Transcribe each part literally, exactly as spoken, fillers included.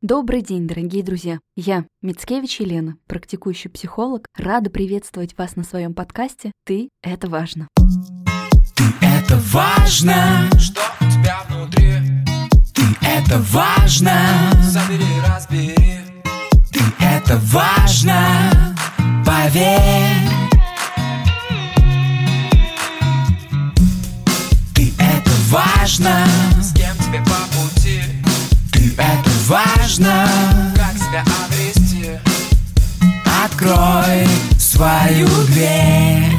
Добрый день, дорогие друзья! Я, Мицкевич Елена, практикующий психолог, рада приветствовать вас на своем подкасте «Ты – это важно». Ты – это важно, что у тебя внутри. Ты – это важно, забери, разбери. Ты – это важно, поверь. Ты – это важно, с кем тебе по пути. Ты – это важно, как себя обрести. Открой свою дверь.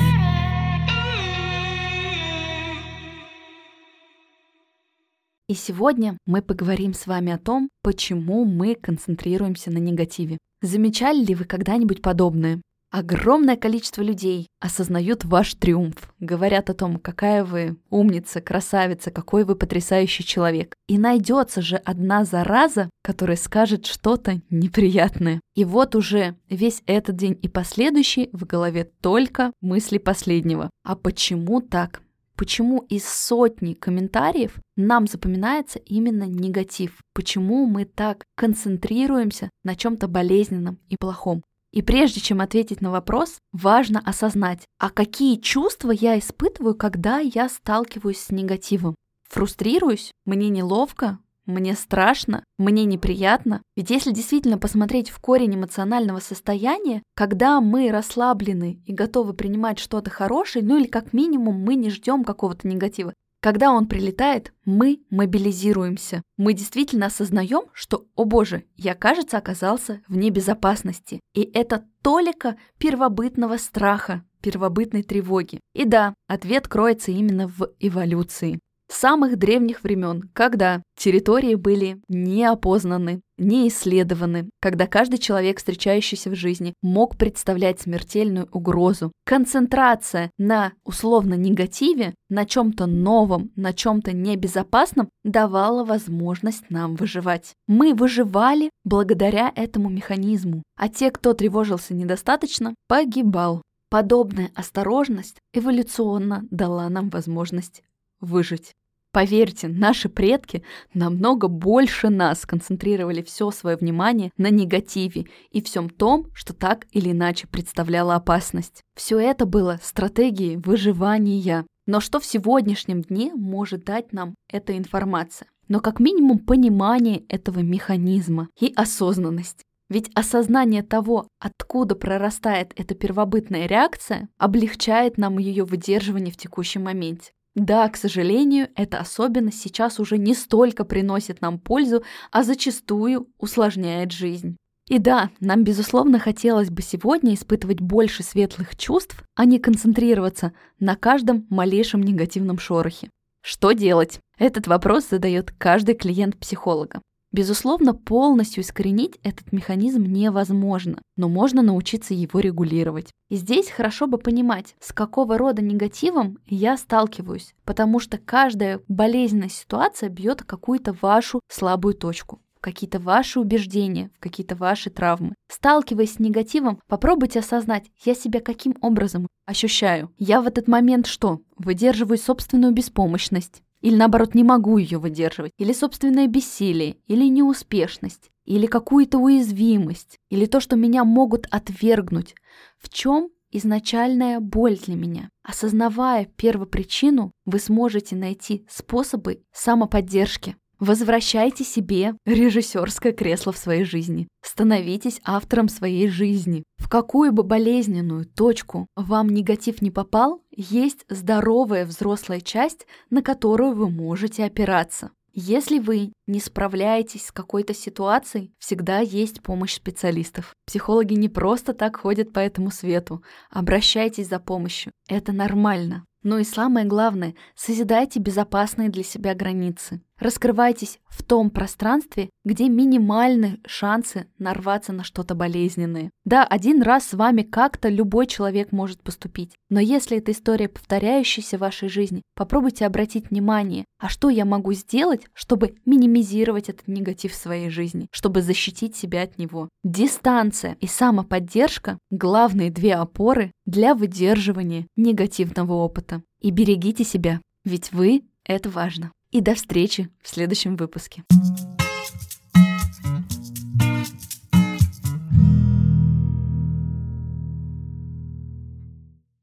И сегодня мы поговорим с вами о том, почему мы концентрируемся на негативе. Замечали ли вы когда-нибудь подобное? Огромное количество людей осознают ваш триумф, говорят о том, какая вы умница, красавица, какой вы потрясающий человек. И найдется же одна зараза, которая скажет что-то неприятное. И вот уже весь этот день и последующий в голове только мысли последнего. А почему так? Почему из сотни комментариев нам запоминается именно негатив? Почему мы так концентрируемся на чем-то болезненном и плохом? И прежде чем ответить на вопрос, важно осознать, а какие чувства я испытываю, когда я сталкиваюсь с негативом. Фрустрируюсь? Мне неловко? Мне страшно? Мне неприятно? Ведь если действительно посмотреть в корень эмоционального состояния, когда мы расслаблены и готовы принимать что-то хорошее, ну или как минимум мы не ждем какого-то негатива, когда он прилетает, мы мобилизируемся. Мы действительно осознаем, что, о боже, я, кажется, оказался в небезопасности. И это толика первобытного страха, первобытной тревоги. И да, ответ кроется именно в эволюции. С самых древних времен, когда территории были неопознаны, не исследованы, когда каждый человек, встречающийся в жизни, мог представлять смертельную угрозу. Концентрация на условно негативе, на чем-то новом, на чем-то небезопасном давала возможность нам выживать. Мы выживали благодаря этому механизму, а те, кто тревожился недостаточно, погибал. Подобная осторожность эволюционно дала нам возможность выжить. Поверьте, наши предки намного больше нас концентрировали все свое внимание на негативе и всем том, что так или иначе представляло опасность. Все это было стратегией выживания. Но что в сегодняшнем дне может дать нам эта информация? Но как минимум понимание этого механизма и осознанность. Ведь осознание того, откуда прорастает эта первобытная реакция, облегчает нам ее выдерживание в текущем моменте. Да, к сожалению, эта особенность сейчас уже не столько приносит нам пользу, а зачастую усложняет жизнь. И да, нам, безусловно, хотелось бы сегодня испытывать больше светлых чувств, а не концентрироваться на каждом малейшем негативном шорохе. Что делать? Этот вопрос задает каждый клиент психолога. Безусловно, полностью искоренить этот механизм невозможно, но можно научиться его регулировать. И здесь хорошо бы понимать, с какого рода негативом я сталкиваюсь, потому что каждая болезненная ситуация бьет в какую-то вашу слабую точку, в какие-то ваши убеждения, в какие-то ваши травмы. Сталкиваясь с негативом, попробуйте осознать, я себя каким образом ощущаю. Я в этот момент что? Выдерживаю собственную беспомощность. Или наоборот, не могу ее выдерживать, или собственное бессилие, или неуспешность, или какую-то уязвимость, или то, что меня могут отвергнуть. В чем изначальная боль для меня? Осознавая первопричину, вы сможете найти способы самоподдержки. Возвращайте себе режиссерское кресло в своей жизни. Становитесь автором своей жизни. В какую бы болезненную точку вам негатив не попал, есть здоровая взрослая часть, на которую вы можете опираться. Если вы не справляетесь с какой-то ситуацией, всегда есть помощь специалистов. Психологи не просто так ходят по этому свету. Обращайтесь за помощью. Это нормально. Ну и самое главное, созидайте безопасные для себя границы. Раскрывайтесь в том пространстве, где минимальны шансы нарваться на что-то болезненное. Да, один раз с вами как-то любой человек может поступить, но если эта история повторяющаяся в вашей жизни, попробуйте обратить внимание, а что я могу сделать, чтобы минимизировать этот негатив в своей жизни, чтобы защитить себя от него. Дистанция и самоподдержка – главные две опоры для выдерживания негативного опыта. И берегите себя, ведь вы – это важно. И до встречи в следующем выпуске.